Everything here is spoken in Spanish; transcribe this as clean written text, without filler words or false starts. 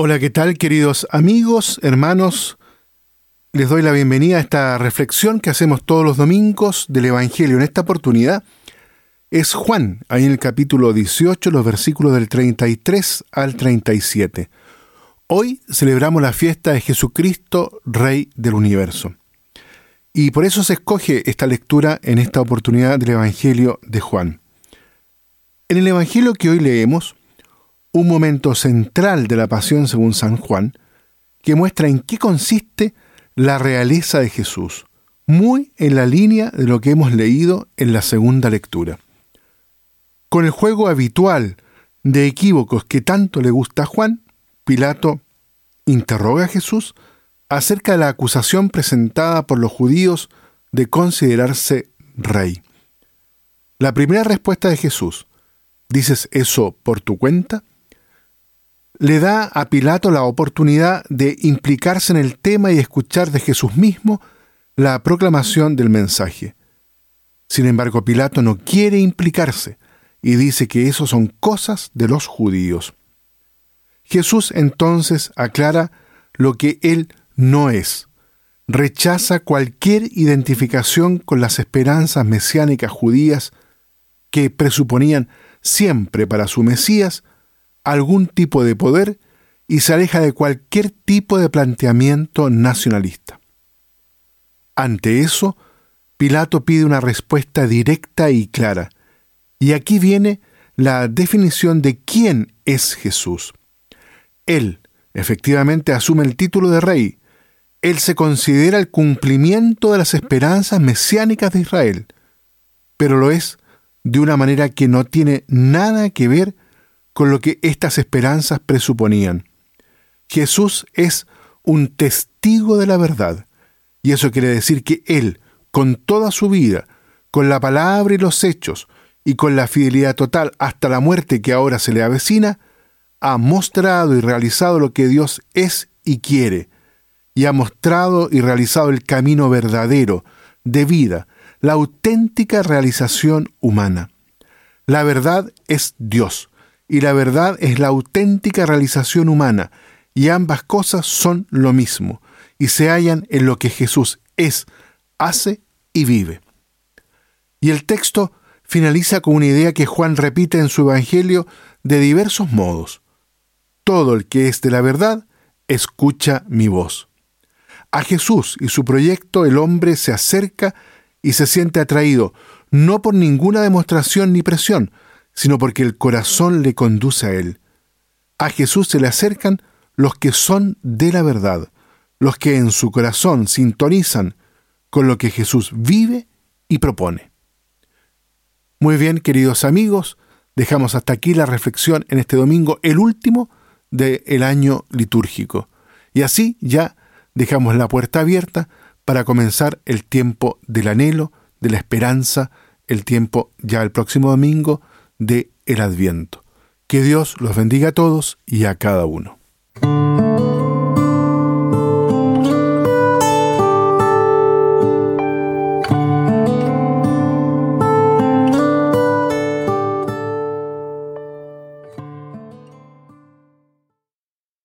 Hola, ¿qué tal, queridos amigos, hermanos? Les doy la bienvenida a esta reflexión que hacemos todos los domingos del Evangelio. En esta oportunidad es Juan, ahí en el capítulo 18, los versículos del 33 al 37. Hoy celebramos la fiesta de Jesucristo, Rey del Universo. Y por eso se escoge esta lectura en esta oportunidad del Evangelio de Juan. En el Evangelio que hoy leemos, un momento central de la Pasión según San Juan, que muestra en qué consiste la realeza de Jesús, muy en la línea de lo que hemos leído en la segunda lectura. Con el juego habitual de equívocos que tanto le gusta a Juan, Pilato interroga a Jesús acerca de la acusación presentada por los judíos de considerarse rey. La primera respuesta de Jesús, ¿dices eso por tu cuenta?, le da a Pilato la oportunidad de implicarse en el tema y escuchar de Jesús mismo la proclamación del mensaje. Sin embargo, Pilato no quiere implicarse y dice que eso son cosas de los judíos. Jesús entonces aclara lo que él no es. Rechaza cualquier identificación con las esperanzas mesiánicas judías que presuponían siempre para su Mesías algún tipo de poder y se aleja de cualquier tipo de planteamiento nacionalista. Ante eso, Pilato pide una respuesta directa y clara. Y aquí viene la definición de quién es Jesús. Él, efectivamente, asume el título de rey. Él se considera el cumplimiento de las esperanzas mesiánicas de Israel, pero lo es de una manera que no tiene nada que ver con lo que estas esperanzas presuponían. Jesús es un testigo de la verdad, y eso quiere decir que Él, con toda su vida, con la palabra y los hechos, y con la fidelidad total hasta la muerte que ahora se le avecina, ha mostrado y realizado lo que Dios es y quiere, y ha mostrado y realizado el camino verdadero, de vida, la auténtica realización humana. La verdad es Dios, y la verdad es la auténtica realización humana, y ambas cosas son lo mismo, y se hallan en lo que Jesús es, hace y vive. Y el texto finaliza con una idea que Juan repite en su Evangelio de diversos modos. Todo el que es de la verdad, escucha mi voz. A Jesús y su proyecto el hombre se acerca y se siente atraído, no por ninguna demostración ni presión, sino porque el corazón le conduce a Él. A Jesús se le acercan los que son de la verdad, los que en su corazón sintonizan con lo que Jesús vive y propone. Muy bien, queridos amigos, dejamos hasta aquí la reflexión en este domingo, el último del año litúrgico. Y así ya dejamos la puerta abierta para comenzar el tiempo del anhelo, de la esperanza, el tiempo ya el próximo domingo de el Adviento. Que Dios los bendiga a todos y a cada uno.